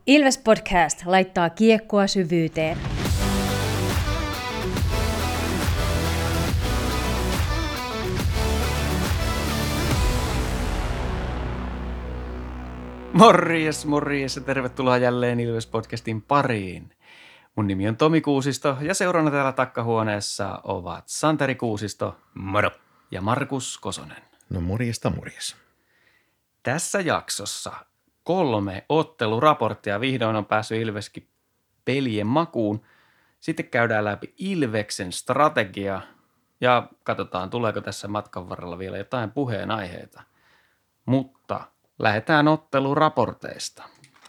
Ilves Podcast laittaa kiekkoa syvyyteen. Morjes ja tervetuloa jälleen Ilves Podcastin pariin. Mun nimi on Tomi Kuusisto ja seurana täällä takkahuoneessa ovat Santeri Kuusisto. Moro. Ja Markus Kosonen. No morjes. Tässä jaksossa 3 otteluraporttia. Vihdoin on päässyt Ilveskin pelien makuun. Sitten käydään läpi Ilveksen strategia ja katsotaan, tuleeko tässä matkan varrella vielä jotain puheenaiheita. Mutta lähdetään otteluraporteista.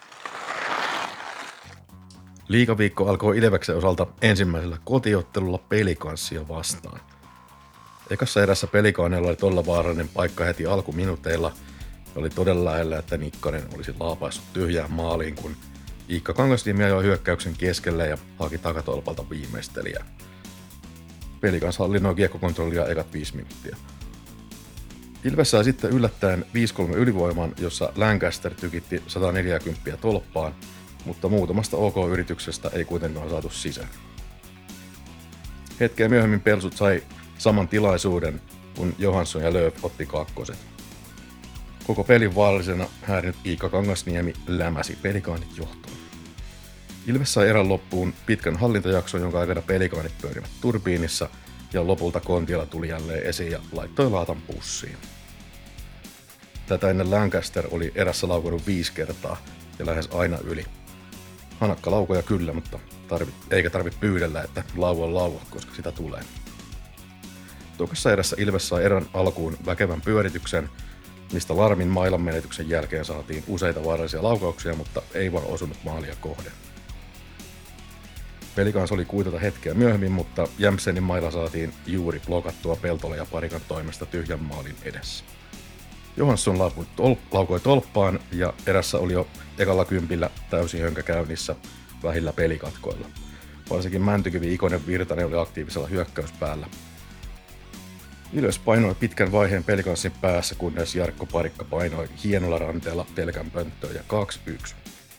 Liigaviikko alkoi Ilveksen osalta ensimmäisellä kotiottelulla Pelikanssia vastaan. Ekassa erässä Pelikaaneilla oli todella vaarallinen paikka heti alkuminuuteilla. Oli todella lähellä, että Nikkanen olisi laapaissut tyhjään maaliin, kun Iikka Kangasniemi ajoi hyökkäyksen keskelle ja haki takatolpalta viimeistelijää. Pelikans hallinnoi kiekkokontrollia ekat 5 minuuttia. Ilves sai sitten yllättäen 5-3 ylivoiman, jossa Lancaster tykitti 140 tolppaan, mutta muutamasta OK-yrityksestä ei kuitenkaan saatu sisään. Hetkeä myöhemmin Pelsut sai saman tilaisuuden, kun Johansson ja Lööf otti kakkoset. Koko pelin vaarallisena häirinyt Iikka Kangasniemi lämäsi Pelikaanit johtoon. Ilves sai erän loppuun pitkän hallintajakson, jonka aikana Pelikaanit pyörivät turbiinissa, ja lopulta Kontiala tuli jälleen esiin ja laittoi laatan pussiin. Tätä ennen Lancaster oli erässä laukonut 5 kertaa ja lähes aina yli. Hanakka laukoja kyllä, mutta eikä tarvitse pyydellä, että lauo, koska sitä tulee. Tokassa erässä Ilves sai erän alkuun väkevän pyörityksen, mistä Larmin mailan menetyksen jälkeen saatiin useita vaarallisia laukauksia, mutta ei vaan osunut maalia kohden. Pelikans oli kuitata hetkeä myöhemmin, mutta Jämsenin maila saatiin juuri blokattua Peltola ja Parikan toimesta tyhjän maalin edessä. Johansson laukoi tolppaan ja erässä oli jo ekalla kympillä täysi hönkä käynnissä vähillä pelikatkoilla. Varsinkin Mäntykivi, Ikonen, Virtanen oli aktiivisella hyökkäyspäällä. Ilves painoi pitkän vaiheen Pelikanssin päässä, kunnes Jarkko Parikka painoi hienolla ranteella pelkän pönttöön ja 2-1.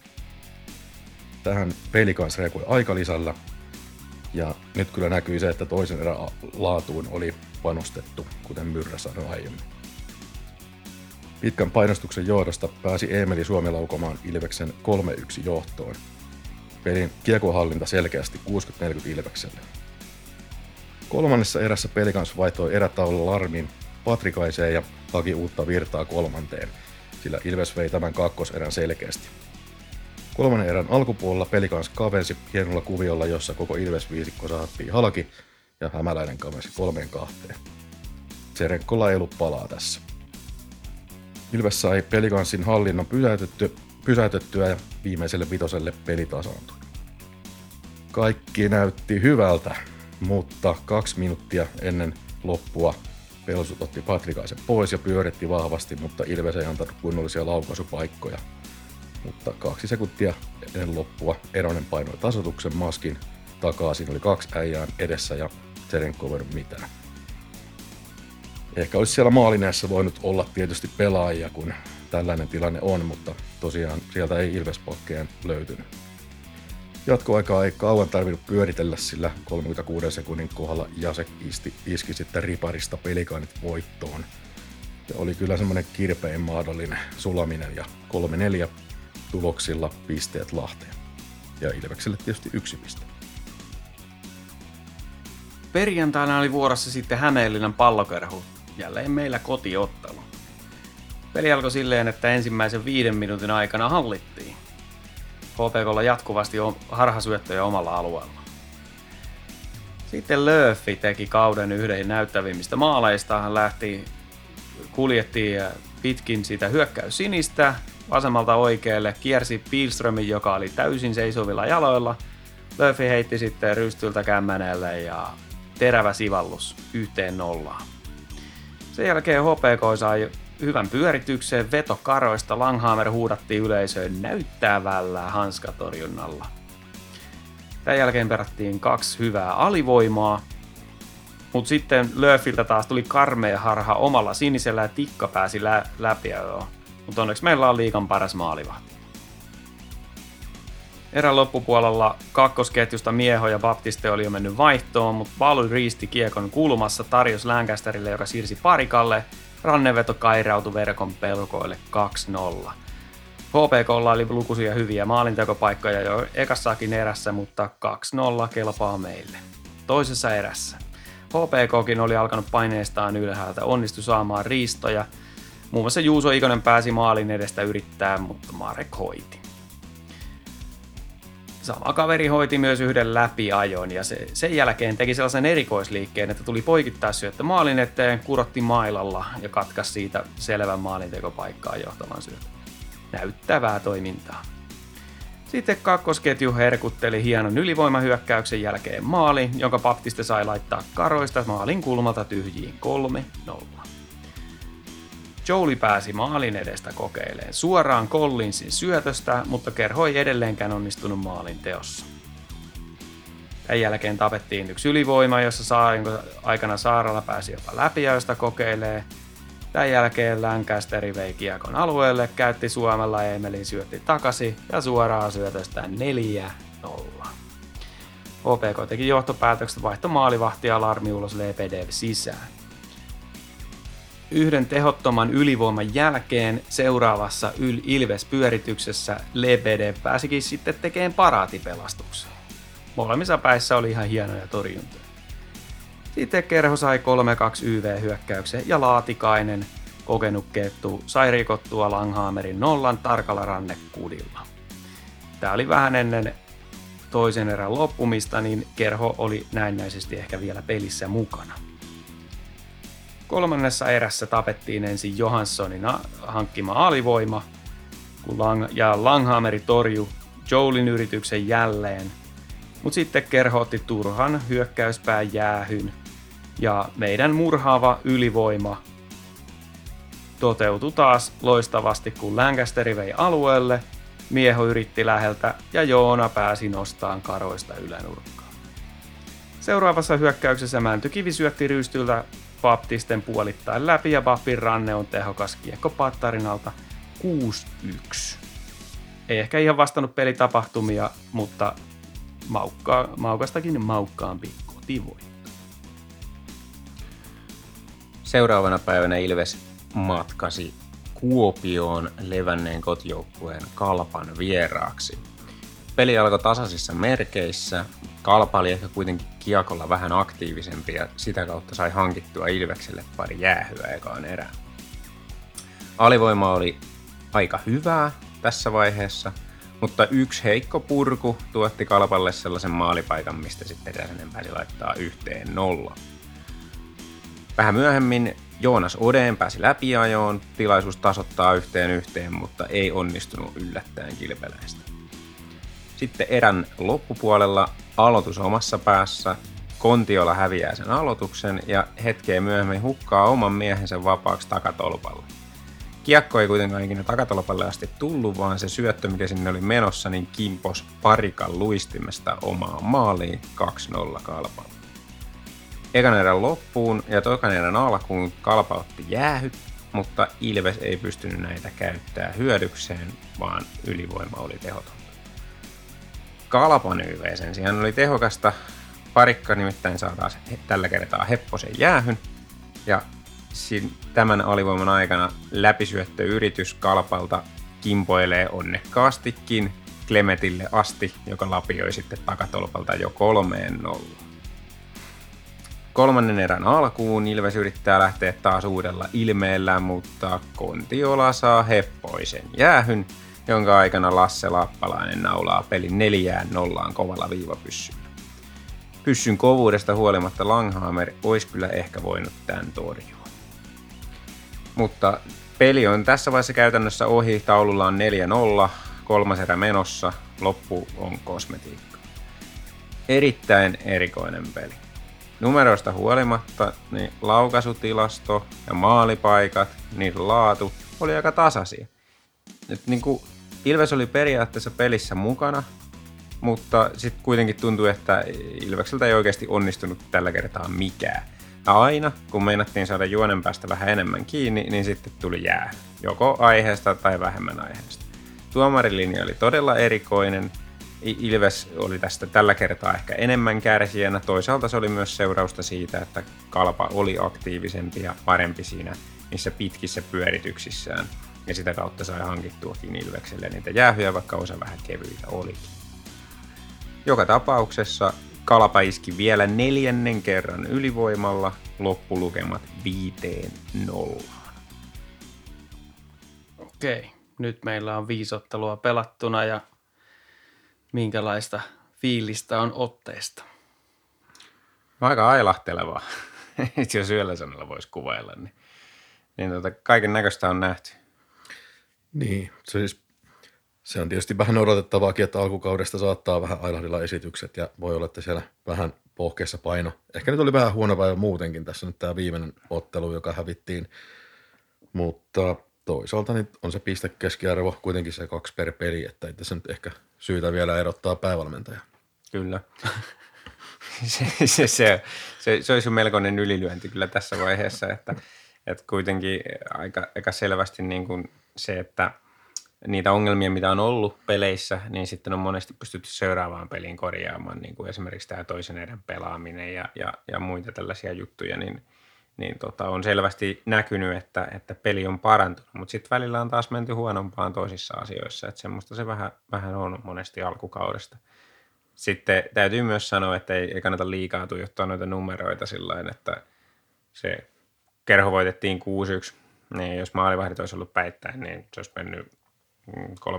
Tähän Pelikans reagoi aikalisällä ja nyt kyllä näkyi se, että toisen erän laatuun oli panostettu, kuten Myrrä sanoi aiemmin. Pitkän painostuksen johdosta pääsi Eemeli Suomi laukomaan Ilveksen 3-1 johtoon. Pelin kiekohallinta selkeästi 60-40 Ilvekselle. Kolmannessa erässä Pelikans vaihtoi erätaululla Larmin Patrikaiseen ja haki uutta virtaa kolmanteen, sillä Ilves vei tämän kakkoserän selkeästi. Kolmannen erän alkupuolella Pelikans kavensi hienolla kuviolla, jossa koko Ilves-viisikko sahattiin halki ja Hämäläinen kavensi 3-2. Tserenkolla ei ollut palaa tässä. Ilves sai Pelikanssin hallinnon pysäytettyä ja viimeiselle vitoselle peli tasaantui. Kaikki näytti hyvältä, mutta 2 minuuttia ennen loppua Pelsut otti Patrikaisen pois ja pyöritti vahvasti, mutta Ilves ei antanut kunnollisia laukaisupaikkoja. Mutta 2 sekuntia ennen loppua Eronen painoi tasoituksen maskin takaa. Siinä oli 2 äijää edessä ja Tserenko ei voinut mitään. Ehkä olisi siellä maalineessa voinut olla tietysti pelaajia, kun tällainen tilanne on, mutta tosiaan sieltä ei Ilves-pokkeen löytynyt. Jatkoaikaa ei kauan tarvinnut pyöritellä, sillä 36 sekunnin kohdalla Jasek iski sitten riparista Pelikaanit voittoon. Ja oli kyllä semmoinen kirpein mahdollinen sulaminen ja 3-4 tuloksilla pisteet Lahteen. Ja Ilvekselle tietysti 1 piste. Perjantaina oli vuorossa sitten Hämeenlinnan Pallokerhu. Jälleen meillä kotiottelu. Peli alkoi silleen, että ensimmäisen 5 minuutin aikana hallittiin. HPK:lla jatkuvasti harhasyöttöjä omalla alueella. Sitten Lööfi teki kauden yhden näyttävimmistä maaleista. Hän kuljettiin pitkin sitä hyökkäyssinistä vasemmalta oikealle, kiersi Pilströmin, joka oli täysin seisovilla jaloilla. Lööfi heitti sitten rystyltä kämmenelle ja terävä sivallus 1-0. Sen jälkeen HPK sai hyvän pyörityksen vetokaroista. Langhammer huudattiin yleisöön näyttävällä hanskatorjunnalla. Tämän jälkeen perättiin 2 hyvää alivoimaa, mutta sitten Lööfiltä taas tuli karmea harha omalla sinisellä ja Tikka pääsi läpi. Mutta onneksi meillä on liigan paras maalivahti. Erän loppupuolella kakkosketjusta Mieho ja Baptiste oli jo mennyt vaihtoon, mutta Valu riisti kiekon kulmassa, tarjosi Lancasterille, joka siirsi Parikalle. Ranneveto kairautui verkon pelkoille 2-0. HPK:lla oli lukuisia hyviä maalintekopaikkoja jo ekassakin erässä, mutta 2-0 kelpaa meille. Toisessa erässä HPKkin oli alkanut paineistaan ylhäältä, onnistui saamaan riistoja. Muun muassa Juuso Ikonen pääsi maalin edestä yrittää, mutta Marek hoiti. Sama kaveri hoiti myös yhden läpiajon ja sen jälkeen teki sellaisen erikoisliikkeen, että tuli poikittaisyöttö maalin eteen, kurotti mailalla ja katkaisi siitä selvän maalintekopaikkaan johtavan syötön. Näyttävää toimintaa. Sitten kakkosketju herkutteli hienon ylivoimahyökkäyksen jälkeen maali, jonka Baptiste sai laittaa karoista maalin kulmalta tyhjiin 3-0. Jouli pääsi maalin edestä kokeilemaan suoraan Collinsin syötöstä, mutta Kerho ei edelleenkään onnistunut maalin teossa. Tämän jälkeen tapettiin yksi ylivoima, jossa jonka aikana Saarala pääsi jopa läpiajosta kokeilemaan. Tämän jälkeen Lancasteri vei kiekon alueelle, käytti Suomella Emelin syötti takaisin ja suoraan syötöstä 4-0. HPK teki johtopäätökset, vaihto maalivahti ja alarmi ulos Lebedev sisään. Yhden tehottoman ylivoiman jälkeen seuraavassa Ilves-pyörityksessä Lebedev pääsikin sitten tekemään paraatipelastuksen. Molemmissa päissä oli ihan hienoja torjuntoja. Sitten Kerho sai 3-2 YV-hyökkäyksen ja Laatikainen, kokenut kettu, sai rikottua Langhammerin nollan tarkalla rannekudilla. Tämä oli vähän ennen toisen erän loppumista, niin Kerho oli näennäisesti ehkä vielä pelissä mukana. Kolmannessa erässä tapettiin ensin Johanssonin hankkima alivoima, ja Langhammeri torjui Joulin yrityksen jälleen, mutta sitten Kerho otti turhan hyökkäyspään jäähyn, ja meidän murhaava ylivoima toteutui taas loistavasti, kun Lancasteri vei alueelle, Mieho yritti läheltä ja Joona pääsi nostamaan karoista ylänurkkaan. Seuraavassa hyökkäyksessä Mäntykivi syötti Rystyltä Baptisten puolittain läpi ja Bapin ranne on tehokas kiekko Pattarinalta 6-1. Ei ehkä ihan vastannut pelitapahtumia, mutta maukastakin maukkaampi kotivoitto. Seuraavana päivänä Ilves matkasi Kuopioon levänneen kotijoukkueen Kalpan vieraaksi. Peli alkoi tasaisissa merkeissä. Kalpa oli ehkä kuitenkin kiekolla vähän aktiivisempi ja sitä kautta sai hankittua Ilvekselle pari jäähyä ekaan erään. Alivoima oli aika hyvää tässä vaiheessa, mutta yksi heikko purku tuotti Kalpalle sellaisen maalipaikan, mistä sitten Räsänen pääsi laittaa 1-0. Vähän myöhemmin Joonas Odeen pääsi läpiajoon, tilaisuus tasoittaa 1-1, mutta ei onnistunut yllättäen Kilpeläistä. Sitten erän loppupuolella aloitus omassa päässä, Kontiola häviää sen aloituksen ja hetkeä myöhemmin hukkaa oman miehensä vapaaksi takatolpalle. Kiekko ei kuitenkaan ikinä takatolpalle asti tullut, vaan se syöttö, mikä sinne oli menossa, niin kimpos Parikan luistimesta omaan maaliin 2-0 Kalpalle. Ekan erän loppuun ja tokan erän alkuun Kalpa otti jäähyt, mutta Ilves ei pystynyt näitä käyttämään hyödykseen, vaan ylivoima oli tehoton. Kalpan YV sen sijaan oli tehokasta. Parikka nimittäin saa taas tällä kertaa Hepposen jäähyn. Ja tämän alivoiman aikana läpisyöttöyritys Kalpalta kimpoilee onnekkaastikin Klemetille asti, joka lapioi sitten takatolpalta jo 3-0. Kolmannen erän alkuun Ilves yrittää lähteä taas uudella ilmeellä, mutta Kontiola saa Heppoisen jäähyn, jonka aikana Lasse Lappalainen naulaa pelin 4-0 kovalla viivapyssyllä. Pyssyn kovuudesta huolimatta Langhammer olisi kyllä ehkä voinut tämän torjua. Mutta peli on tässä vaiheessa käytännössä ohi, taululla on 4-0, kolmas erä menossa, loppu on kosmetiikka. Erittäin erikoinen peli. Numeroista huolimatta niin laukaisutilasto ja maalipaikat, niiden laatu oli aika tasaisia. Ilves oli periaatteessa pelissä mukana, mutta sitten kuitenkin tuntui, että Ilvekseltä ei oikeasti onnistunut tällä kertaa mikään. Ja aina, kun meinattiin saada juonen päästä vähän enemmän kiinni, niin sitten tuli jäähy. Joko aiheesta tai vähemmän aiheesta. Tuomarilinja oli todella erikoinen, Ilves oli tästä tällä kertaa ehkä enemmän kärsijänä. Toisaalta se oli myös seurausta siitä, että Kalpa oli aktiivisempi ja parempi siinä niissä pitkissä pyörityksissään. Ja sitä kautta sai hankittuakin Ilvekselle niitä jäähyjä, vaikka osa vähän kevyitä olikin. Joka tapauksessa Kalpa iski vielä 4. kerran ylivoimalla, loppulukemat 5-0. Okei, nyt meillä on 5 ottelua pelattuna ja minkälaista fiilistä on otteesta? Aika ailahtelevaa, jos yöllä sanalla voisi kuvailla. Niin kaiken näköistä on nähty. Niin, se on tietysti vähän odotettavaakin, että alkukaudesta saattaa vähän ailahdella esitykset ja voi olla, että siellä vähän pohkeessa paino. Ehkä nyt oli vähän huono päivä muutenkin tässä nyt tämä viimeinen ottelu, joka hävittiin, mutta toisaalta niin on se pistekeskiarvo kuitenkin se 2 per peli, että ei tässä nyt ehkä syytä vielä erottaa päävalmentaja. Kyllä. se olisi jo melkoinen ylilyönti kyllä tässä vaiheessa, että kuitenkin aika selvästi niin kuin se, että niitä ongelmia, mitä on ollut peleissä, niin sitten on monesti pystytty seuraavaan peliin korjaamaan, niin kuin esimerkiksi tämä toisen erän pelaaminen ja muita tällaisia juttuja, niin on selvästi näkynyt, että peli on parantunut, mutta sitten välillä on taas menty huonompaan toisissa asioissa, että semmoista se vähän on monesti alkukaudesta. Sitten täytyy myös sanoa, että ei kannata liikaa tuijottaa noita numeroita sillain, että se Kerho voitettiin 6-1, niin jos maalivahdit olisi ollut päittäin, niin se olisi mennyt 3-3,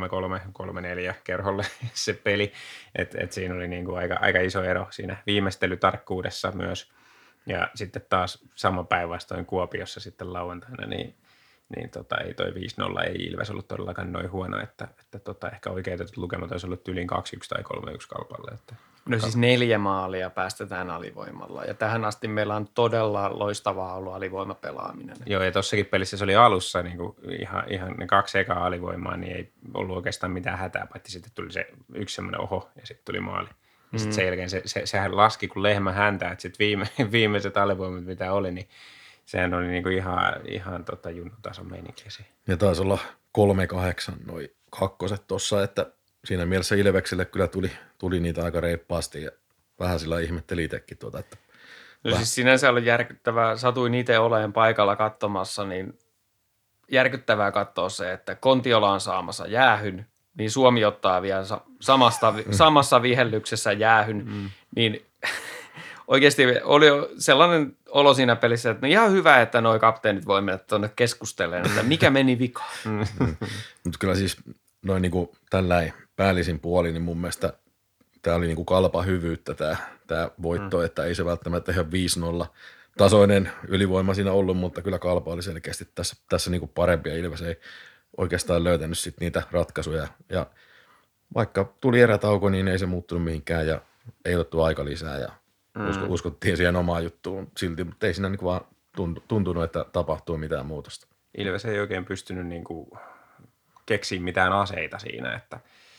3-4 Kerholle se peli, että siinä oli niinku aika iso ero siinä viimeistelytarkkuudessa myös. Ja sitten taas sama päinvastoin Kuopiossa sitten lauantaina, niin ei toi 5-0 ei Ilves ollut todellakaan noin huono, että ehkä oikeutetut lukemat olisi ollut yli 2-1 tai 3-1 Kalpalle. No siis 4 maalia päästetään alivoimalla ja tähän asti meillä on todella loistavaa ollut alivoimapelaaminen. Joo, ja tossakin pelissä se oli alussa niin kuin ihan ne 2 ekaa alivoimaa, niin ei ollut oikeastaan mitään hätää, paitsi sitten tuli se yksi semmoinen oho ja sitten tuli maali. Ja sitten sen jälkeen sehän laski kuin lehmä häntä, että sitten viimeiset alivoimat mitä oli, niin sehän oli niinku ihan junnutason meininkiä. Ja taisi olla 3-8 noi kakkoset tuossa, että siinä mielessä Ilvekselle kyllä tuli niitä aika reippaasti ja vähän sillä ihmetteli itsekin että No siis sinänsä oli järkyttävää, satuin itse olemaan paikalla katsomassa, niin järkyttävää katsoa se, että Kontiola on saamassa jäähyn, niin Suomi ottaa vielä samassa vihellyksessä jäähyn, niin oikeasti oli sellainen olo siinä pelissä, että no ihan hyvä, että nuo kapteenit voi mennä tuonne keskustelemaan, että mikä meni vikaan. Mutta kyllä siis noin niinku tällainen päällisin puoli, niin mun mielestä tämä oli niinku Kalpa hyvyyttä tämä voitto, että ei se välttämättä ihan 5-0 tasoinen ylivoima siinä ollut, mutta kyllä Kalpa oli selkeästi tässä niinku parempi ja Ilves ei oikeastaan löytänyt sit niitä ratkaisuja ja vaikka tuli erätauko, niin ei se muuttunut mihinkään ja ei otettu aika lisää ja uskottiin siihen omaan juttuun silti, mutta ei siinä niinku vaan tuntunut, että tapahtuu mitään muutosta. Ilves ei oikein pystynyt niinku keksiä mitään aseita siinä, että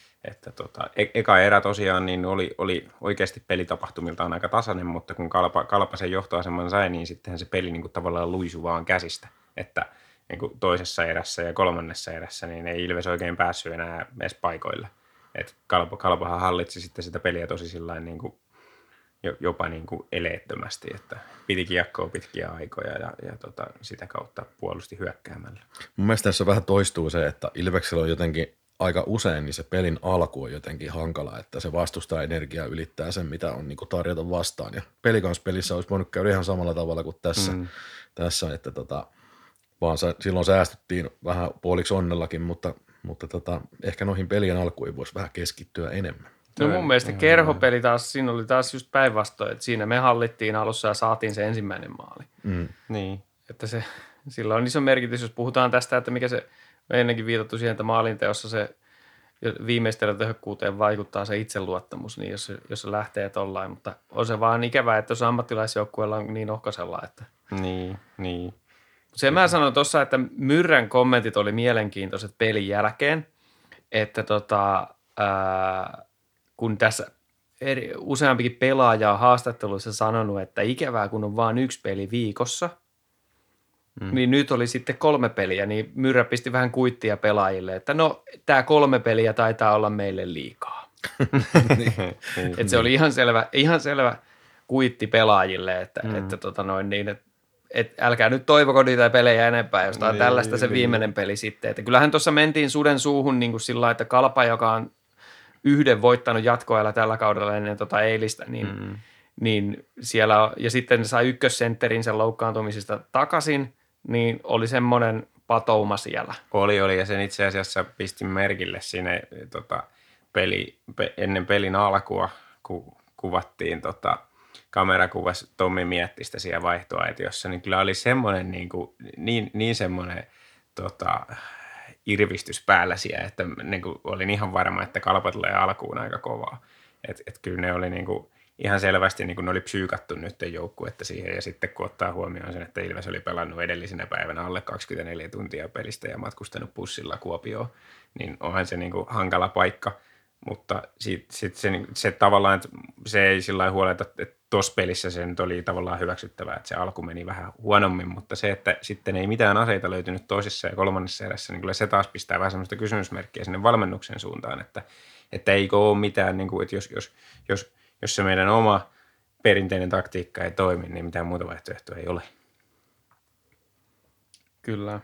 eka erä tosiaan niin oli oikeasti pelitapahtumiltaan aika tasainen, mutta kun Kalpa sen johtoaseman sai, niin sittenhän se peli niinku tavallaan luisui vaan käsistä, että niinku toisessa erässä ja kolmannessa erässä niin ei Ilves oikein päässyt enää edes paikoille. Et Kalpahan hallitsi sitten sitä peliä tosi sillain niinku jopa niin kuin eleettömästi, että piti kiekkoa pitkiä aikoja ja sitä kautta puolusti hyökkäämällä. Mun mielestä tässä vähän toistuu se, että Ilveksellä on jotenkin aika usein, niin se pelin alku on jotenkin hankala, että se vastustaa energiaa ylittää sen, mitä on niin kuin tarjota vastaan. Ja Pelikanspelissä olisi voinut käydä ihan samalla tavalla kuin tässä että vaan silloin säästyttiin vähän puoliksi onnellakin, mutta ehkä noihin pelien alkuihin voisi vähän keskittyä enemmän. No mun mielestä Kerhopeli taas, siinä oli taas just päinvastoin, että siinä me hallittiin alussa ja saatiin se ensimmäinen maali. Niin. Että sillä on iso merkitys, jos puhutaan tästä, että mikä se, me ennenkin viitattu siihen, että maalinteossa se viimeistellä tehokkuuteen vaikuttaa se itseluottamus, niin jos se lähtee tollain, mutta on se vaan ikävää, että jos ammattilaisjoukkueella on niin ohkaisella, että... Niin. Se mä sanoin tuossa, että Myrrän kommentit oli mielenkiintoiset pelin jälkeen, että kun tässä useampikin pelaaja on haastatteluissa sanonut, että ikävää kun on vain 1 peli viikossa, niin nyt oli sitten 3 peliä, niin Myrrä pisti vähän kuittia pelaajille, että no tämä 3 peliä taitaa olla meille liikaa. Että se oli ihan selvä kuitti pelaajille, että älkää nyt toivoko niitä pelejä enempää, jos tämä on tällaista se viimeinen peli sitten. Että kyllähän tuossa mentiin suden suuhun niin kuin sillä lailla, että Kalpa, joka on yhden voittanut jatkoajalla tällä kaudella ennen eilistä, niin siellä, ja sitten sai ykkössentterin sen loukkaantumisesta takaisin, niin oli semmoinen patouma siellä. Oli, ja sen itse asiassa pistin merkille siinä ennen pelin alkua, kun kuvattiin kamerakuvassa Tommi Miettistä siellä vaihtoaitiossa, niin kyllä oli semmoinen niin semmoinen irvistys päällä siellä, että niin kuin olin ihan varma, että Kalpa tulee alkuun aika kovaa. Et kyllä ne oli niin kuin ihan selvästi niin kuin ne oli psyykattu nyt joukkuetta siihen, ja sitten kun ottaa huomioon sen, että Ilves oli pelannut edellisenä päivänä alle 24 tuntia pelistä ja matkustanut bussilla Kuopioon, niin onhan se niin kuin hankala paikka. Mutta sitten se tavallaan, että se ei sillä lailla huoleta, että tuossa pelissä se nyt oli tavallaan hyväksyttävää, että se alku meni vähän huonommin, mutta se, että sitten ei mitään aseita löytynyt toisessa ja kolmannessa erässä, niin kyllä se taas pistää vähän semmoista kysymysmerkkiä sinne valmennuksen suuntaan, että eikö ole mitään, niin kuin, että jos se meidän oma perinteinen taktiikka ei toimi, niin mitään muuta vaihtoehtoa ei ole. Kyllä.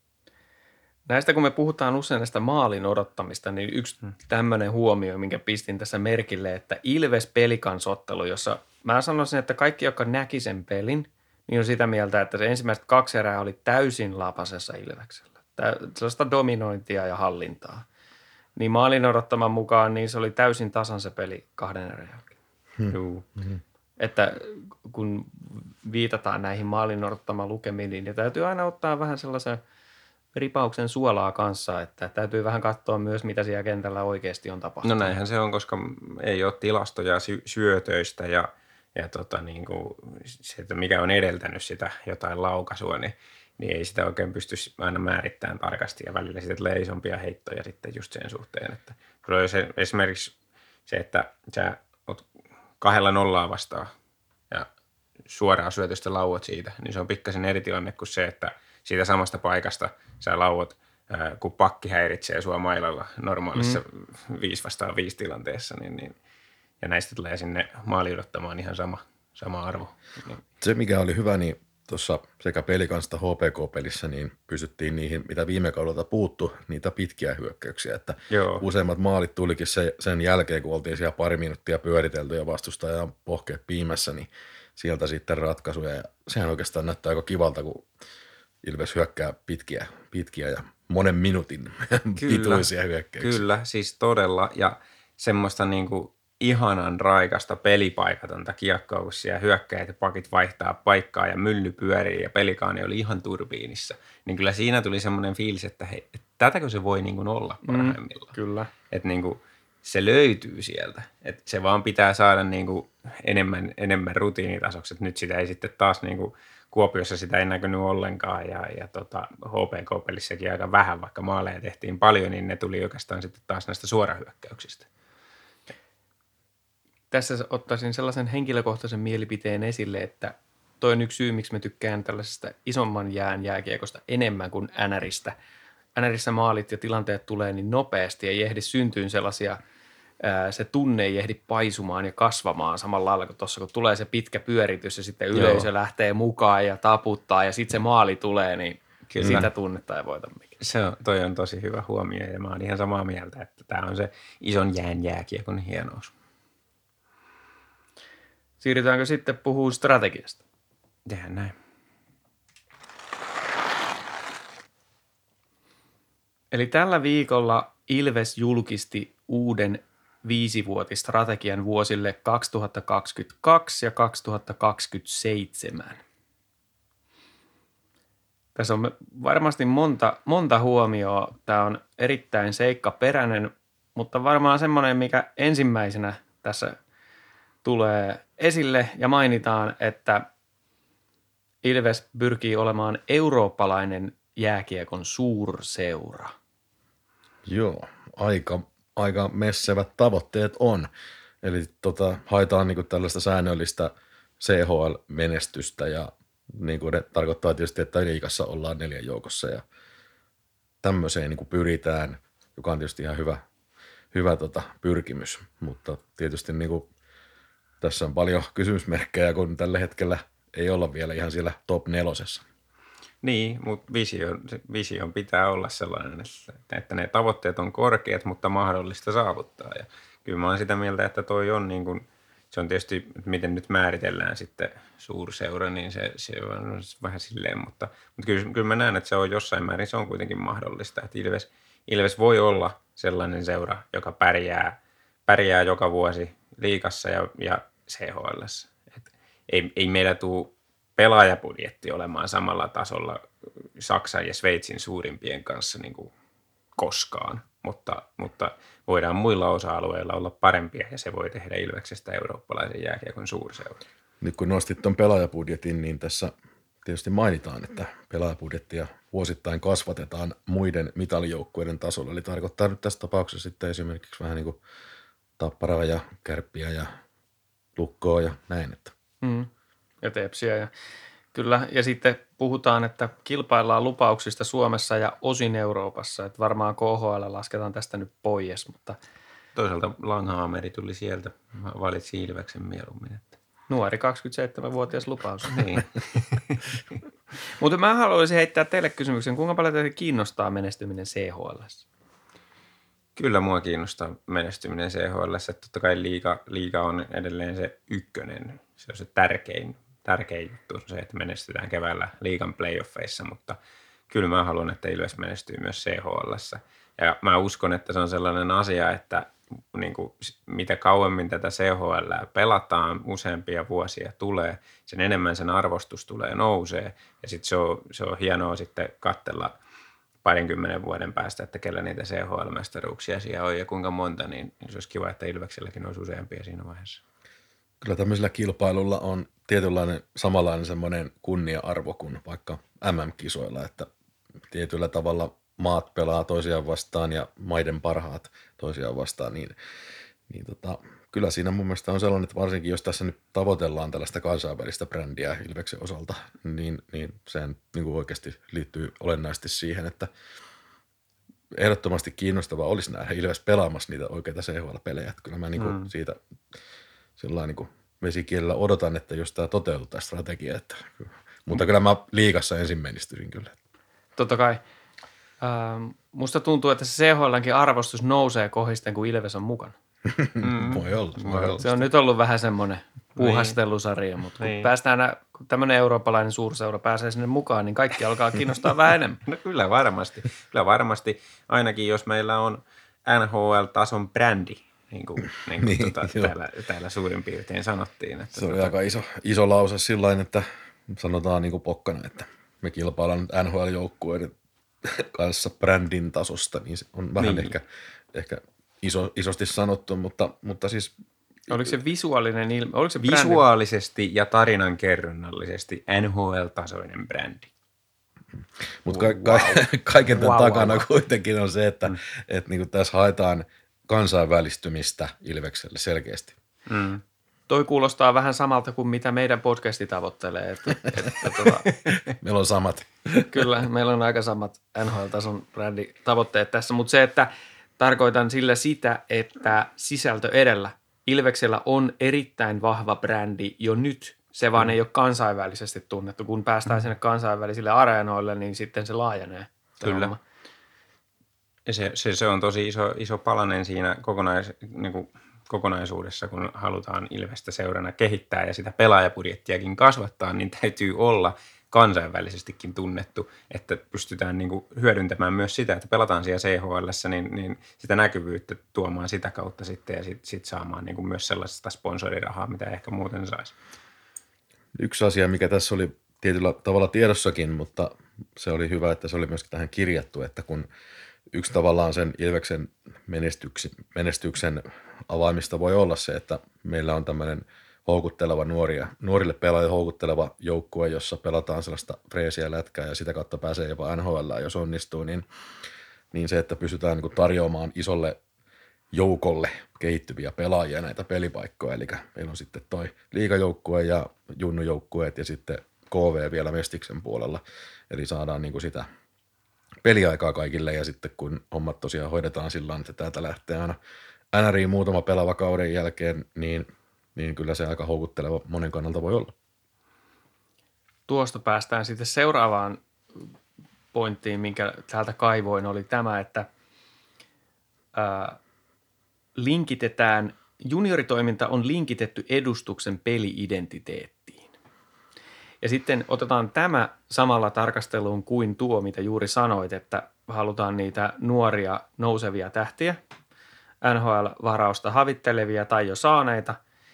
Näistä kun me puhutaan usein näistä maalin odottamista, niin yksi tämmöinen huomio, minkä pistin tässä merkille, että Ilves-Pelikans-ottelu, jossa mä sanoisin, että kaikki, jotka näki sen pelin, niin on sitä mieltä, että se ensimmäiset 2 erää oli täysin lapasessa Ilveksellä. Sellaista dominointia ja hallintaa. Niin maalin odottaman mukaan, niin se oli täysin tasan se peli 2 erän jälkeen. Että kun viitataan näihin maalin odottamaan lukemiin, niin täytyy aina ottaa vähän sellaisen ripauksen suolaa kanssa, että täytyy vähän katsoa myös, mitä siellä kentällä oikeasti on tapahtunut. No näinhän se on, koska ei ole tilastoja syötöistä ja niin kuin se, että mikä on edeltänyt sitä jotain laukaisua, niin ei sitä oikein pysty aina määrittämään tarkasti, ja välillä sitten tulee isompia heittoja sitten just sen suhteen, että sulla on esimerkiksi se, että sä oot 2-0 vastaan ja suoraan syötöstä lauot siitä, niin se on pikkasen eri tilanne kuin se, että siitä samasta paikasta sä lauot, kun pakki häiritsee sua mailalla normaalissa 5-5 tilanteessa, niin, ja näistä tulee sinne maaliin odottamaan ihan sama arvo. Se, mikä oli hyvä, niin tuossa sekä Pelikansta HPK-pelissä, niin pysyttiin niihin, mitä viime kaudelta puuttu, niitä pitkiä hyökkäyksiä, että useimmat maalit tulikin sen jälkeen, kun oltiin siellä pari minuuttia pyöritelty ja vastustaja on pohkeet piimässä, niin sieltä sitten ratkaisuja, ja sehän oikeastaan näyttää aika kivalta, kun Ilves hyökkää pitkiä ja monen minuutin pituisia hyökkäyksiä. Kyllä, siis todella, ja semmoista niinku ihanan raikasta pelipaikatonta kiekkoa, kun siellä hyökkäjät ja pakit vaihtaa paikkaa ja mylly pyörii ja Pelikaani oli ihan turbiinissa, niin kyllä siinä tuli semmoinen fiilis, että hei, tätäkö se voi niinku olla parhaimmillaan. Kyllä. Että niinku se löytyy sieltä, että se vaan pitää saada niinku enemmän rutiinitasoksi, että nyt sitä ei sitten taas niinku Kuopiossa sitä ei näkynyt ollenkaan ja HPK-pelissäkin aika vähän, vaikka maaleja tehtiin paljon, niin ne tuli oikeastaan sitten taas näistä suorahyökkäyksistä. Tässä ottaisin sellaisen henkilökohtaisen mielipiteen esille, että toi on yksi syy, miksi mä tykkään tällaisesta isomman jään jääkiekosta enemmän kuin NRistä. NRissä maalit ja tilanteet tulee niin nopeasti, ei ehdi syntyyn sellaisia, se tunne ei ehdi paisumaan ja kasvamaan samalla lailla kuin tuossa, kun tulee se pitkä pyöritys ja sitten yleisö lähtee mukaan ja taputtaa ja sitten se maali tulee, niin kyllä sitä tunnetta ei voita mikään. Toi on tosi hyvä huomio ja mä oon ihan samaa mieltä, että tämä on se ison jään jääkiekon hienous. Siirrytäänkö sitten puhumaan strategiasta? Tehdään näin. Eli tällä viikolla Ilves julkisti uuden 5-vuotistrategian vuosille 2022 ja 2027. Tässä on varmasti monta huomioa. Tämä on erittäin seikkaperäinen, mutta varmaan semmoinen, mikä ensimmäisenä tässä tulee esille ja mainitaan, että Ilves pyrkii olemaan eurooppalainen jääkiekon suurseura. Joo, aika messevät tavoitteet on. Eli haetaan niinku tällaista säännöllistä CHL-menestystä ja niinku ne tarkoittaa tietysti, että liigassa ollaan 4 joukossa ja tämmöiseen niinku pyritään, joka on tietysti ihan hyvä pyrkimys, mutta tietysti niin kuin, tässä on paljon kysymysmerkkejä, kun tällä hetkellä ei olla vielä ihan siellä top 4. Niin, mutta vision pitää olla sellainen, että ne tavoitteet on korkeat, mutta mahdollista saavuttaa. Ja kyllä mä oon sitä mieltä, että toi on niin kuin, se on tietysti, miten nyt määritellään sitten suurseura, niin se on vähän silleen, mutta kyllä mä näen, että se on jossain määrin, se on kuitenkin mahdollista, että Ilves voi olla sellainen seura, joka pärjää joka vuosi liigassa ja CHL:ssä. Ei meillä tule pelaajabudjetti olemaan samalla tasolla Saksan ja Sveitsin suurimpien kanssa niin kuin koskaan, mutta voidaan muilla osa-alueilla olla parempia ja se voi tehdä Ilveksestä eurooppalaisen jääkiekon suurseura. Nyt kun nostit tuon pelaajabudjetin, niin tässä tietysti mainitaan, että pelaajabudjettia vuosittain kasvatetaan muiden mitalijoukkueiden tasolla. Eli tarkoittaa nyt tässä tapauksessa sitten esimerkiksi vähän niin kuin Tapparaa ja Kärppiä ja Lukkoa ja näin. Että. Ja Tepsiä. Ja kyllä, ja sitten puhutaan, että kilpaillaan lupauksista Suomessa ja osin Euroopassa. Että varmaan KHL lasketaan tästä nyt pois, mutta Toisaalta Langhammeri tuli sieltä, valitsi Ilveksen mieluummin. Että. nuori 27-vuotias lupaus. Niin. Mutta mä haluaisin heittää teille kysymyksen, kuinka paljon teitä kiinnostaa menestyminen CHL:ssä? Kyllä mua kiinnostaa menestyminen CHL:ssä, että totta kai liiga on edelleen se ykkönen, se on se tärkein juttu, se, että menestytään keväällä liigan playoffeissa, mutta kyllä mä haluan, että Ilves menestyy myös CHL:ssä. Ja mä uskon, että se on sellainen asia, että niin kuin, mitä kauemmin tätä CHL pelataan, useampia vuosia tulee, sen enemmän sen arvostus tulee nousee, ja sitten se on hienoa sitten katsella 20 vuoden päästä, että kellä niitä CHL-mestaruuksia siellä on ja kuinka monta, niin se olisi kiva, että Ilvekselläkin olisi useampia siinä vaiheessa. Kyllä tämmöisellä kilpailulla on tietynlainen samanlainen semmoinen kunnia-arvo kuin vaikka MM-kisoilla, että tietyllä tavalla maat pelaa toisiaan vastaan ja maiden parhaat toisiaan vastaan, niin kyllä siinä mun mielestä on sellainen, että varsinkin jos tässä nyt tavoitellaan tällaista kansainvälistä brändiä Ilveksen osalta, niin sehän niin kuin oikeasti liittyy olennaisesti siihen, että ehdottomasti kiinnostavaa olisi nähdä Ilves pelaamassa niitä oikeita CHL-pelejä. Kyllä mä niin kuin siitä sellainen niin kuin vesikielellä odotan, että jos tämä toteutuu tämä strategia, mutta kyllä mä liigassa ensin menestyisin kyllä. Totta kai. Musta tuntuu, että se CHL:nkin arvostus nousee kohisten, kun Ilves on mukana. Voi olla. Se on nyt ollut vähän semmoinen puuhastelusarja, mutta kun tämmöinen eurooppalainen suurseura pääsee sinne mukaan, niin kaikki alkaa kiinnostaa vähän enemmän. No kyllä varmasti. Ainakin jos meillä on NHL-tason brändi, niin kuin täällä suurin piirtein sanottiin. Että se oli aika iso lause sillain, että sanotaan niin kuin pokkana, että me kilpaillaan NHL-joukkueiden kanssa brändin tasosta, niin se on vähän ehkä isosti sanottu, mutta siis. Oliko se visuaalinen ilme? Oliko se visuaalisesti ja tarinankerronnallisesti NHL-tasoinen brändi. Mutta kaiken tämän takana kuitenkin on se, että niin kuin tässä haetaan kansainvälistymistä Ilvekselle selkeästi. Toi kuulostaa vähän samalta kuin mitä meidän podcasti tavoittelee. Meillä on samat. Kyllä, meillä on aika samat NHL-tason bränditavoitteet tässä, mutta se, että tarkoitan sillä sitä, että sisältö edellä Ilveksellä on erittäin vahva brändi jo nyt. Se vaan ei ole kansainvälisesti tunnettu. Kun päästään sinne kansainvälisille areenoille, niin sitten se laajenee. Kyllä. Homma. Ja se on tosi iso palanen siinä kokonaisuudessa, kun halutaan Ilvestä seurana kehittää ja sitä pelaajabudjettiakin kasvattaa, niin täytyy olla kansainvälisestikin tunnettu, että pystytään niin kuin hyödyntämään myös sitä, että pelataan siellä CHL:ssä, niin sitä näkyvyyttä tuomaan sitä kautta sitten ja sit saamaan niin kuin myös sellaista sponsorirahaa, mitä ehkä muuten saisi. Yksi asia, mikä tässä oli tietyllä tavalla tiedossakin, mutta se oli hyvä, että se oli myöskin tähän kirjattu, että kun yksi tavallaan sen Ilveksen menestyksen avaimista voi olla se, että meillä on tämmöinen houkutteleva nuorille pelaajille houkutteleva joukkue, jossa pelataan sellaista freesiä lätkää ja sitä kautta pääsee jopa NHL, jos onnistuu, niin se, että pystytään niin kuin tarjoamaan isolle joukolle kehittyviä pelaajia näitä pelipaikkoja, eli meillä on sitten toi liigajoukkue ja junnujoukkueet ja sitten KV vielä Mestiksen puolella, eli saadaan niin kuin sitä peliaikaa kaikille ja sitten kun hommat tosiaan hoidetaan sillä tavalla, että täältä lähtee aina NRiin muutama pelaava kauden jälkeen, niin kyllä se aika houkutteleva monen kannalta voi olla. Tuosta päästään sitten seuraavaan pointtiin, minkä täältä kaivoin, oli tämä, että junioritoiminta on linkitetty edustuksen peli-identiteettiin. Ja sitten otetaan tämä samalla tarkasteluun kuin tuo, mitä juuri sanoit, että halutaan niitä nuoria nousevia tähtiä, NHL-varausta havittelevia tai jo saaneita,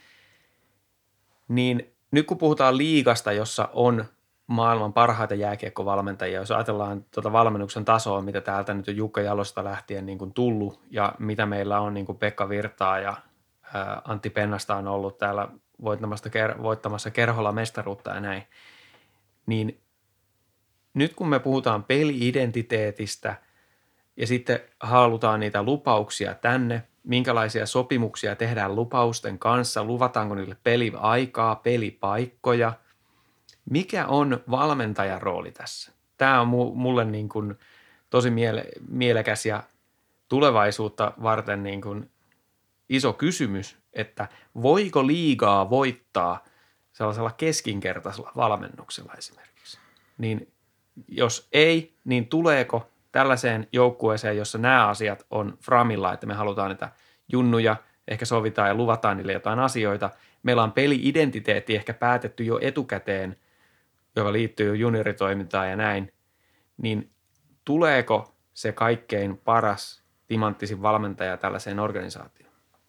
niin nyt kun puhutaan liigasta, jossa on maailman parhaita jääkiekkovalmentajia, jos ajatellaan tuota valmennuksen tasoa, mitä täältä nyt on Jukka Jalosta lähtien niin kuin tullut ja mitä meillä on niin kuin Pekka Virtaa ja Antti Pennasta on ollut täällä voittamassa Kerholla mestaruutta ja näin, niin nyt kun me puhutaan peli-identiteetistä ja sitten halutaan niitä lupauksia tänne, minkälaisia sopimuksia tehdään lupausten kanssa, luvataanko niille peliaikaa, pelipaikkoja, mikä on valmentajan rooli tässä? Tämä on mulle niin kuin tosi mielekäs ja tulevaisuutta varten niin kuin iso kysymys, että voiko liigaa voittaa sellaisella keskinkertaisella valmennuksella esimerkiksi. Niin jos ei, niin tuleeko tällaiseen joukkueeseen, jossa nämä asiat on framilla, että me halutaan niitä junnuja, ehkä sovitaan ja luvataan niille jotain asioita. Meillä on peli-identiteetti ehkä päätetty jo etukäteen, joka liittyy junioritoimintaan ja näin, niin tuleeko se kaikkein paras timanttisin valmentaja tällaiseen organisaatioon?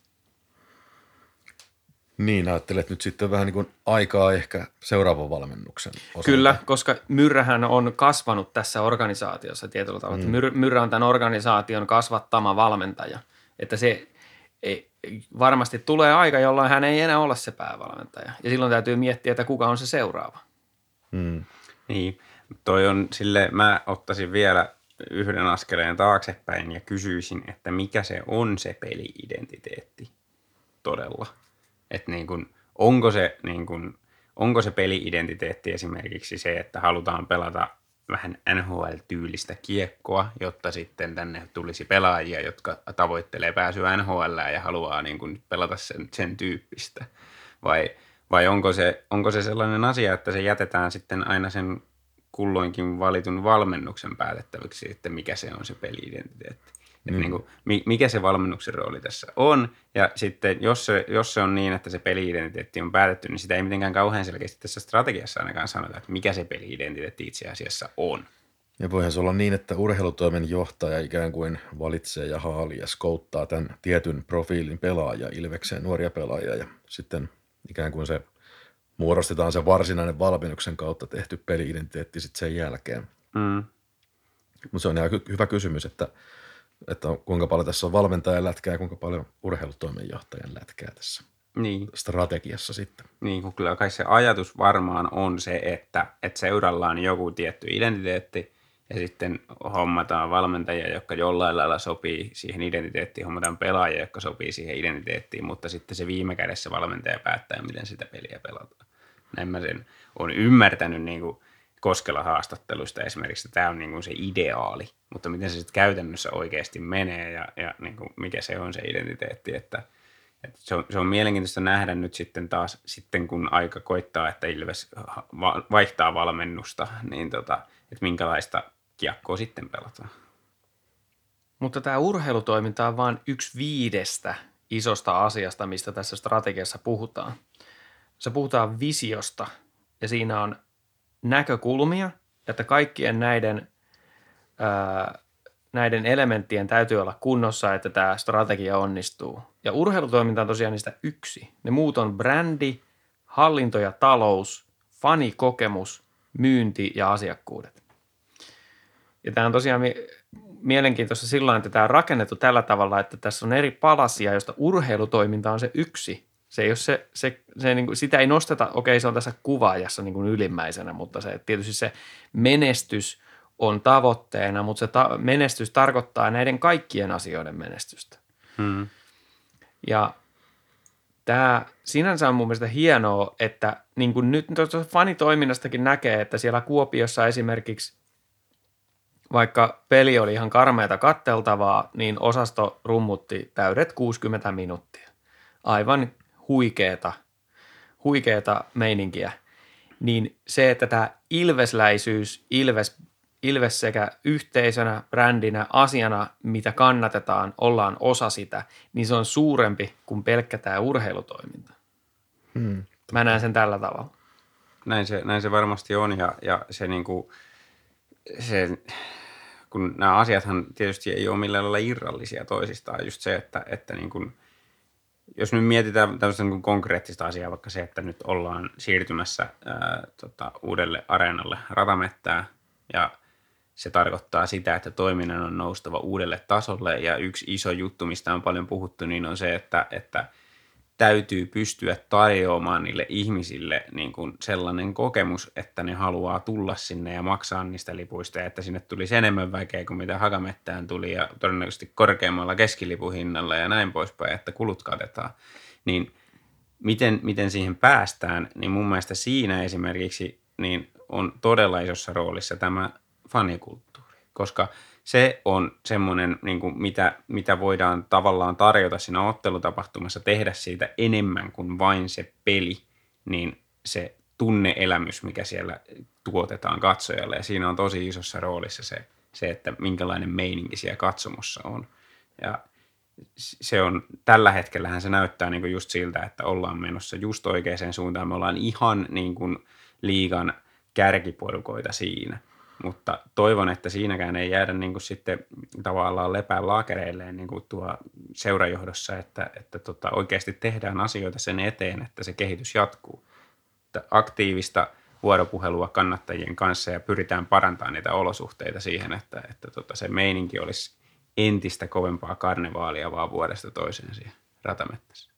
Niin, ajattelet nyt sitten vähän niin kuin aikaa ehkä seuraavan valmennuksen osalta. Kyllä, koska Myrrähän on kasvanut tässä organisaatiossa tietyllä tavalla. Myrrä on tämän organisaation kasvattama valmentaja, että se varmasti tulee aika, jolloin hän ei enää ole se päävalmentaja. Ja silloin täytyy miettiä, että kuka on se seuraava. Niin, toi on sille, mä ottaisin vielä yhden askeleen taaksepäin ja kysyisin, että mikä se on se peli-identiteetti todella. Että niin kun, onko se peli-identiteetti esimerkiksi se, että halutaan pelata vähän NHL-tyylistä kiekkoa, jotta sitten tänne tulisi pelaajia, jotka tavoittelee pääsyä NHL ja haluaa niin kun pelata sen tyyppistä. Vai onko se sellainen asia, että se jätetään sitten aina sen kulloinkin valitun valmennuksen päätettäväksi, että mikä se on se peli-identiteetti. Niin kuin, mikä se valmennuksen rooli tässä on, ja sitten jos se on niin, että se peli-identiteetti on päätetty, niin sitä ei mitenkään kauhean selkeästi tässä strategiassa ainakaan sanota, että mikä se peli-identiteetti itse asiassa on. Ja voihan se olla niin, että urheilutoimen johtaja ikään kuin valitsee ja haalii ja skouttaa tämän tietyn profiilin pelaajia, Ilvekseen nuoria pelaajia, ja sitten ikään kuin se muodostetaan se varsinainen valmennuksen kautta tehty peli-identiteetti sitten sen jälkeen. Mutta se on ihan hyvä kysymys, että kuinka paljon tässä on valmentajan lätkää ja kuinka paljon urheilutoimenjohtajan lätkää tässä strategiassa sitten. Niin, kun kyllä kai se ajatus varmaan on se, että seuralla on joku tietty identiteetti ja sitten hommataan valmentajia, jotka jollain lailla sopii siihen identiteettiin, hommataan pelaajia, jotka sopii siihen identiteettiin, mutta sitten se viime kädessä valmentaja päättää, miten sitä peliä pelataan. Näin mä sen olen ymmärtänyt niin kuin Koskela haastattelusta esimerkiksi, että tämä on niin kuin se ideaali, mutta miten se sitten käytännössä oikeasti menee ja niin kuin mikä se on se identiteetti, että se on mielenkiintoista nähdä nyt sitten taas, sitten kun aika koittaa, että Ilves vaihtaa valmennusta, niin että minkälaista kiekkoa sitten pelataan. Mutta tämä urheilutoiminta on vain 1/5 isosta asiasta, mistä tässä strategiassa puhutaan. Se puhutaan visiosta ja siinä on näkökulmia, että kaikkien näiden elementtien täytyy olla kunnossa, että tämä strategia onnistuu. Ja urheilutoiminta on tosiaan niistä yksi. Ne muut on brändi, hallinto ja talous, fanikokemus, myynti ja asiakkuudet. Ja tämä on tosiaan mielenkiintoista sillä tavalla, että tämä on rakennettu tällä tavalla, että tässä on eri palasia, joista urheilutoiminta on se yksi. Se ei ole se niin kuin, sitä ei nosteta, okei se on tässä kuvaajassa niin kuin ylimmäisenä, mutta tietysti se menestys on tavoitteena, mutta se menestys tarkoittaa näiden kaikkien asioiden menestystä. Ja tämä sinänsä on mun mielestä hienoa, että niin kuin nyt fanitoiminnastakin näkee, että siellä Kuopiossa esimerkiksi vaikka peli oli ihan karmeata katteltavaa, niin osasto rummutti täydet 60 minuuttia. Aivan huikeeta meininkiä. Niin se, että tämä ilvesläisyys, Ilves sekä yhteisönä, brändinä, asiana, mitä kannatetaan, ollaan osa sitä, niin se on suurempi kuin pelkkä tämä urheilutoiminta. Mä näen sen tällä tavalla. Näin se varmasti on ja se niinku, kun nämä asiathan tietysti ei ole millään lailla irrallisia toisistaan, just se, että niin kuin, jos nyt mietitään tämmöistä niin kuin konkreettista asiaa, vaikka se, että nyt ollaan siirtymässä uudelle areenalle Ratamettää ja se tarkoittaa sitä, että toiminnan on noustava uudelle tasolle ja yksi iso juttu, mistä on paljon puhuttu, niin on se, että täytyy pystyä tarjoamaan niille ihmisille niin kuin sellainen kokemus, että ne haluaa tulla sinne ja maksaa niistä lipuista ja että sinne tulisi enemmän väkeä kuin mitä Hakamettään tuli ja todennäköisesti korkeammalla keskilipuhinnalla ja näin poispäin, että kulut katetaan. Niin miten siihen päästään, niin mun mielestä siinä esimerkiksi niin on todella isossa roolissa tämä fanikulttuuri, koska se on semmoinen, niin kuin mitä voidaan tavallaan tarjota siinä ottelutapahtumassa, tehdä siitä enemmän kuin vain se peli, niin se tunneelämys, mikä siellä tuotetaan katsojalle. Ja siinä on tosi isossa roolissa se että minkälainen meininki siellä katsomossa on. Ja se on, tällä hetkellähän se näyttää niin kuin just siltä, että ollaan menossa just oikeaan suuntaan. Me ollaan ihan niin kuin liigan kärkiporukoita siinä. Mutta toivon, että siinäkään ei jäädä niin kuin sitten tavallaan lepään laakereilleen niin kuin tuo seurajohdossa, että oikeasti tehdään asioita sen eteen, että se kehitys jatkuu. Että aktiivista vuoropuhelua kannattajien kanssa ja pyritään parantamaan niitä olosuhteita siihen, että se meininki olisi entistä kovempaa karnevaalia vaan vuodesta toiseen siihen Ratamettässä.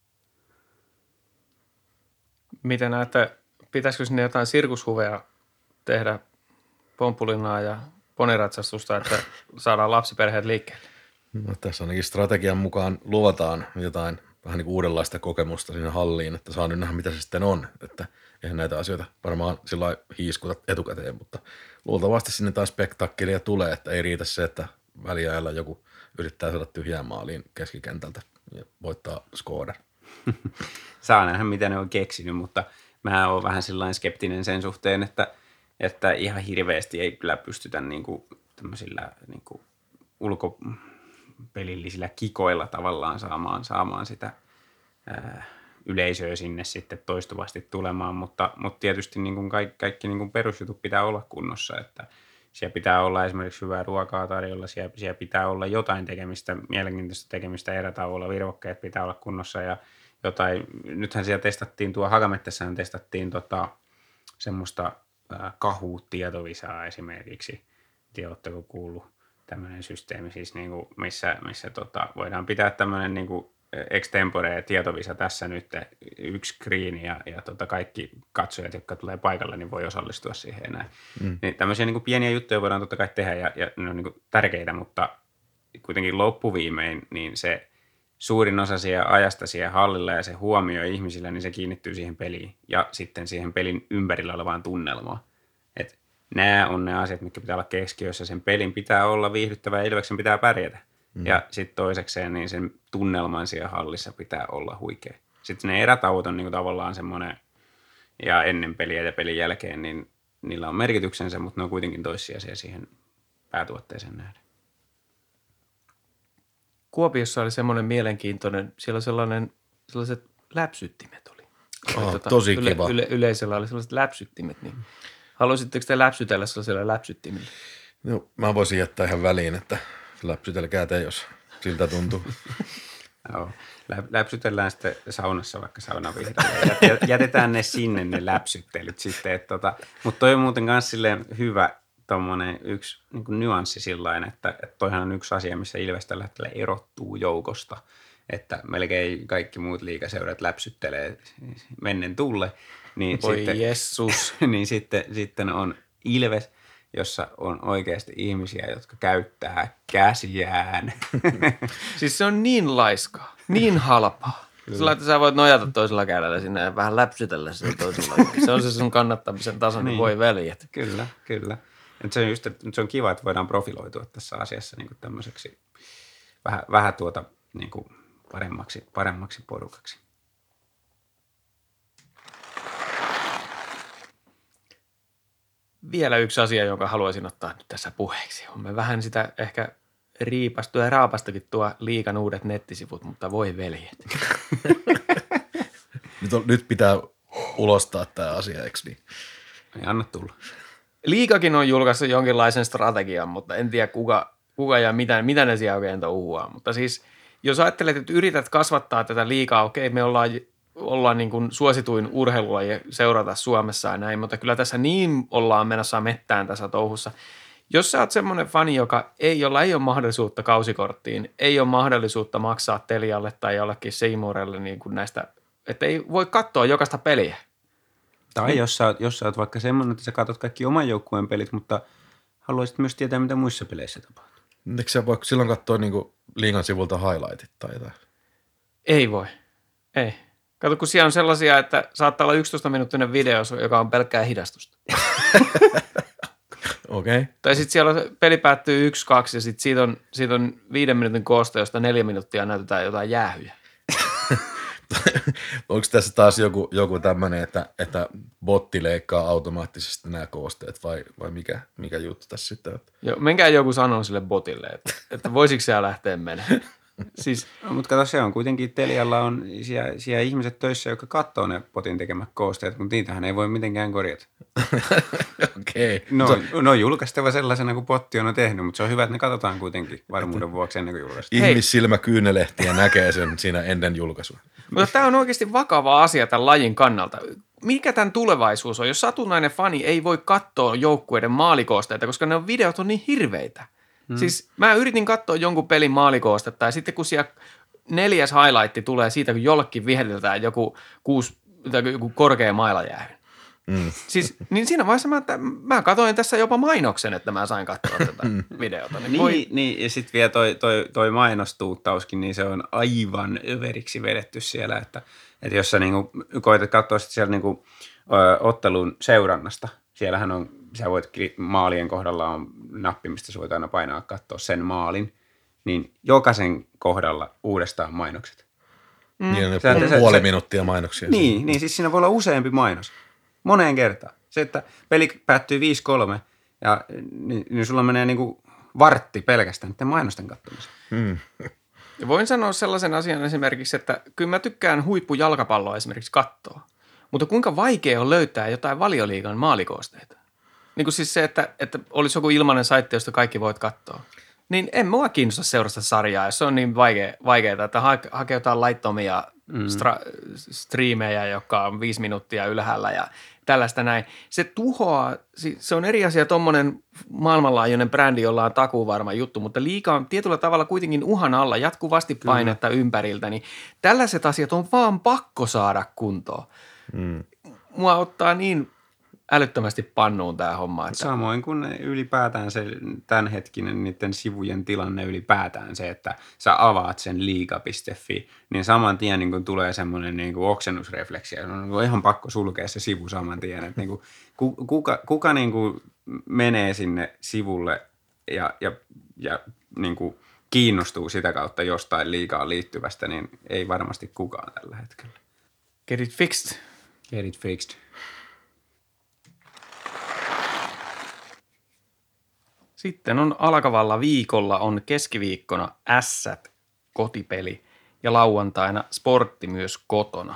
Miten näette, pitäisikö sinne jotain sirkushuveja tehdä, pomppulinnaa ja poniratsastusta, että saadaan lapsiperheet liikkeelle? No, tässä ainakin strategian mukaan luvataan jotain vähän niin kuin uudenlaista kokemusta sinne halliin, että saa nyt nähdä, mitä se sitten on. Että eihän näitä asioita varmaan sillä lailla hiiskuta etukäteen, mutta luultavasti sinne taas spektakkelia tulee, että ei riitä se, että väliajalla joku yrittää saada tyhjään maaliin keskikentältä ja voittaa Skoda. Saa nähdä, mitä ne on keksinyt, mutta mä oon vähän sellainen skeptinen sen suhteen, että ihan hirveästi ei kyllä pystytä niinku tämmöisillä niinku ulkopelillisillä kikoilla tavallaan saamaan sitä yleisöä sinne sitten toistuvasti tulemaan, mutta tietysti niinku kaikki niinku perusjutut pitää olla kunnossa, että siellä pitää olla esimerkiksi hyvää ruokaa tarjolla, siellä pitää olla jotain tekemistä, mielenkiintoista tekemistä erätauolla, virvokkeet pitää olla kunnossa ja jotain. Nythän siellä testattiin, Hakamettässähän testattiin semmoista kahu-tietovisaa esimerkiksi. Tiedä, oletteko kuullut tämmöinen systeemi, siis niinku, missä voidaan pitää tämmöinen niinku extempore tietovisa tässä nyt, yksi screen ja kaikki katsojat, jotka tulee paikalle, niin voi osallistua siihen enää. Niin tämmöisiä niinku pieniä juttuja voidaan totta kai tehdä ja ne on niinku tärkeitä, mutta kuitenkin loppuviimein niin se suurin osa siellä ajasta siellä hallilla ja se huomio ihmisillä, niin se kiinnittyy siihen peliin ja sitten siihen pelin ympärillä olevaan tunnelmaan. Et nämä on ne asiat, mitkä pitää olla keskiössä. Sen pelin pitää olla viihdyttävä ja Ilveksen pitää pärjätä. Ja sitten toisekseen niin sen tunnelman siellä hallissa pitää olla huikea. Sitten ne erätauot on niinku tavallaan semmoinen, ja ennen peliä ja pelin jälkeen, niin niillä on merkityksensä, mutta ne on kuitenkin toissijaisia siihen päätuotteeseen nähden. Kuopiossa oli semmoinen mielenkiintoinen, siellä sellaiset läpsyttimet oli. Tosi kiva. Yleisöllä oli sellaiset läpsyttimet, niin haluaisitteko te läpsytellä sellaisilla läpsyttimillä? No, mä voisin jättää ihan väliin, että läpsytelkää te, jos siltä tuntuu. Joo. Läpsytellään sitten saunassa vaikka saunavihdalla. Jätetään ne sinne ne läpsyttelyt sitten. Mutta toi on muuten myös silleen hyvä tommonen yksi niin kuin nyanssi sillain, että toihan on yksi asia, missä Ilves tällä hetkellä erottuu joukosta. Että melkein kaikki muut liigaseurat läpsyttelee mennen tulle. Niin voi sitten, Jessus. niin sitten on Ilves, jossa on oikeasti ihmisiä, jotka käyttää käsiään. Siis se on niin laiskaa, niin halpaa. Sillä että sä voit nojata toisella kädellä sinne ja vähän läpsytellä sen toisella. Se on se sun kannattamisen taso, niin voi veljet. Kyllä. Et se on just, että se on kiva, että voidaan profiloitua tässä asiassa niin kuin tämmöiseksi vähän niin kuin paremmaksi porukaksi. Vielä yksi asia, jonka haluaisin ottaa nyt tässä puheeksi. On me vähän sitä ehkä riipastu ja raapastakin tuo liigan uudet nettisivut, mutta voi veljet. Nyt pitää ulostaa tämä asia, eikö niin? Ei anna tulla. Liigakin on julkaissut jonkinlaisen strategian, mutta en tiedä kuka ja mitä ne siellä oikein touhuaa. Mutta siis jos ajattelet, että yrität kasvattaa tätä liigaa, okei, me ollaan niin kuin suosituin urheilulaji seurata Suomessa ja näin, mutta kyllä tässä niin ollaan menossa mettään tässä touhussa. Jos sä oot semmoinen fani, jolla ei ole mahdollisuutta kausikorttiin, ei ole mahdollisuutta maksaa Telialle tai jollekin Seymourelle niin kuin näistä, että ei voi katsoa jokaista peliä. Tai jos sä oot vaikka semmoinen, että sä katsot kaikki oman joukkueen pelit, mutta haluaisit myös tietää, mitä muissa peleissä tapahtuu. Eikö sä voi silloin katsoa niinku liigan sivulta highlightit tai jotain? Ei voi. Ei. Kato, kun siellä on sellaisia, että saattaa olla 11-minuuttinen video, joka on pelkkää hidastusta. Okei. Tai sitten siellä peli päättyy 1-2 ja sitten siitä on 5 minuutin koosta, josta 4 minuuttia näytetään jotain jäähyjä. Onko tässä taas joku tämmöinen, että botti leikkaa automaattisesti nämä koosteet vai mikä juttu tässä sitten on? Joo, menkää joku sanoo sille botille, että voisiko siellä lähteä menemään. Siis, no, mutta kato, se on kuitenkin Telialla on siellä ihmiset töissä, jotka katsoo ne botin tekemät koosteet, mutta niitähän ei voi mitenkään korjata. Okei. No on julkaistava sellaisena, kuin botti on tehnyt, mutta se on hyvä, että ne katsotaan kuitenkin varmuuden vuoksi ennen kuin julkaistaan. Ihmissilmä kyynelehtiä näkee sen siinä ennen julkaisua. mutta tämä on oikeasti vakava asia tämän lajin kannalta. Mikä tämän tulevaisuus on? Jos satunnainen fani ei voi katsoa joukkueiden maalikoosteita, koska ne videot on niin hirveitä. Siis mä yritin katsoa jonkun pelin maalikoostetta ja sitten kun siellä 4. highlight tulee siitä, kun jollekin vihelletään joku korkea mailajäähy. Siis, niin siinä vaiheessa mä katsoin tässä jopa mainoksen, että mä sain katsoa tätä videota. Niin, ja sitten vielä toi mainostuuttauskin, niin se on aivan överiksi vedetty siellä, että jos sä niinku koetat katsoa sit siellä niinku, ottelun seurannasta, siellähän on, sä voit maalien kohdalla on nappi, mistä sä voit aina painaa katsoa sen maalin, niin jokaisen kohdalla uudestaan mainokset. Niin ne puoli minuuttia mainoksia. Niin, siis siinä voi olla useampi mainos. Moneen kertaan. Se, että peli päättyy 5-3 ja niin sulla menee niinku vartti pelkästään niiden mainosten katsomiseen. Ja voin sanoa sellaisen asian esimerkiksi, että kyllä mä tykkään huippujalkapalloa esimerkiksi katsoa. Mutta kuinka vaikea on löytää jotain Valioliigan maalikoosteita? Niin kuin siis se, että olisi joku ilmainen saitti, josta kaikki voit katsoa. Niin en mua kiinnosta seurata sarjaa, jos se on niin vaikeaa, että hakee jotain laittomia striimejä, joka on 5 minuuttia ylhäällä ja tällaista näin. Se tuhoaa, se on eri asia tuommoinen maailmanlaajuinen brändi, jolla on takuuvarma juttu, mutta liiga on tietyllä tavalla kuitenkin uhan alla, jatkuvasti painetta ympäriltä, niin tällaiset asiat on vaan pakko saada kuntoon. Mua ottaa niin älyttömästi pannuun tämä homma. Että samoin kuin ylipäätään se tämänhetkinen niiden sivujen tilanne ylipäätään se, että sä avaat sen liiga.fi, niin saman tien niin kun tulee semmoinen niin kuin oksennusrefleksi ja on ihan pakko sulkea se sivu saman tien. Että niin kuin, kuka niin kuin menee sinne sivulle ja niin kuin kiinnostuu sitä kautta jostain liigaan liittyvästä, niin ei varmasti kukaan tällä hetkellä. Get it fixed. Get it fixed. Sitten on alkavalla viikolla on keskiviikkona Ässät kotipeli ja lauantaina Sportti myös kotona.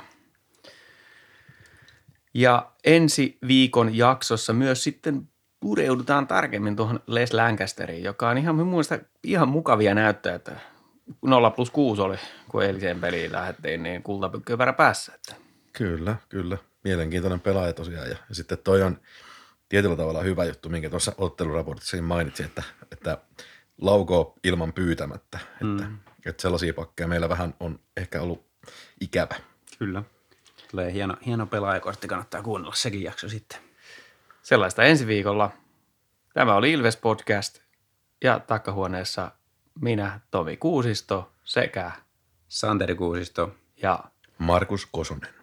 Ja ensi viikon jaksossa myös sitten pureudutaan tarkemmin tuohon Les Lancasteriin, joka on ihan mun mielestä ihan mukavia näyttää, että 0+6 oli, kun eiliseen peliin lähdettiin, niin kultapykköpärä päässä. Että. Kyllä. Mielenkiintoinen pelaaja tosiaan ja sitten toi on tietyllä tavalla hyvä juttu, minkä tuossa otteluraportissa mainitsin, että laukoo ilman pyytämättä. Että sellaisia pakkeja meillä vähän on ehkä ollut ikävä. Kyllä. Tulee hieno pelaajakortti, kannattaa kuunnella sekin jakso sitten. Sellaista ensi viikolla. Tämä oli Ilves Podcast ja takkahuoneessa minä, Tomi Kuusisto sekä Santeri Kuusisto ja Markus Kosonen.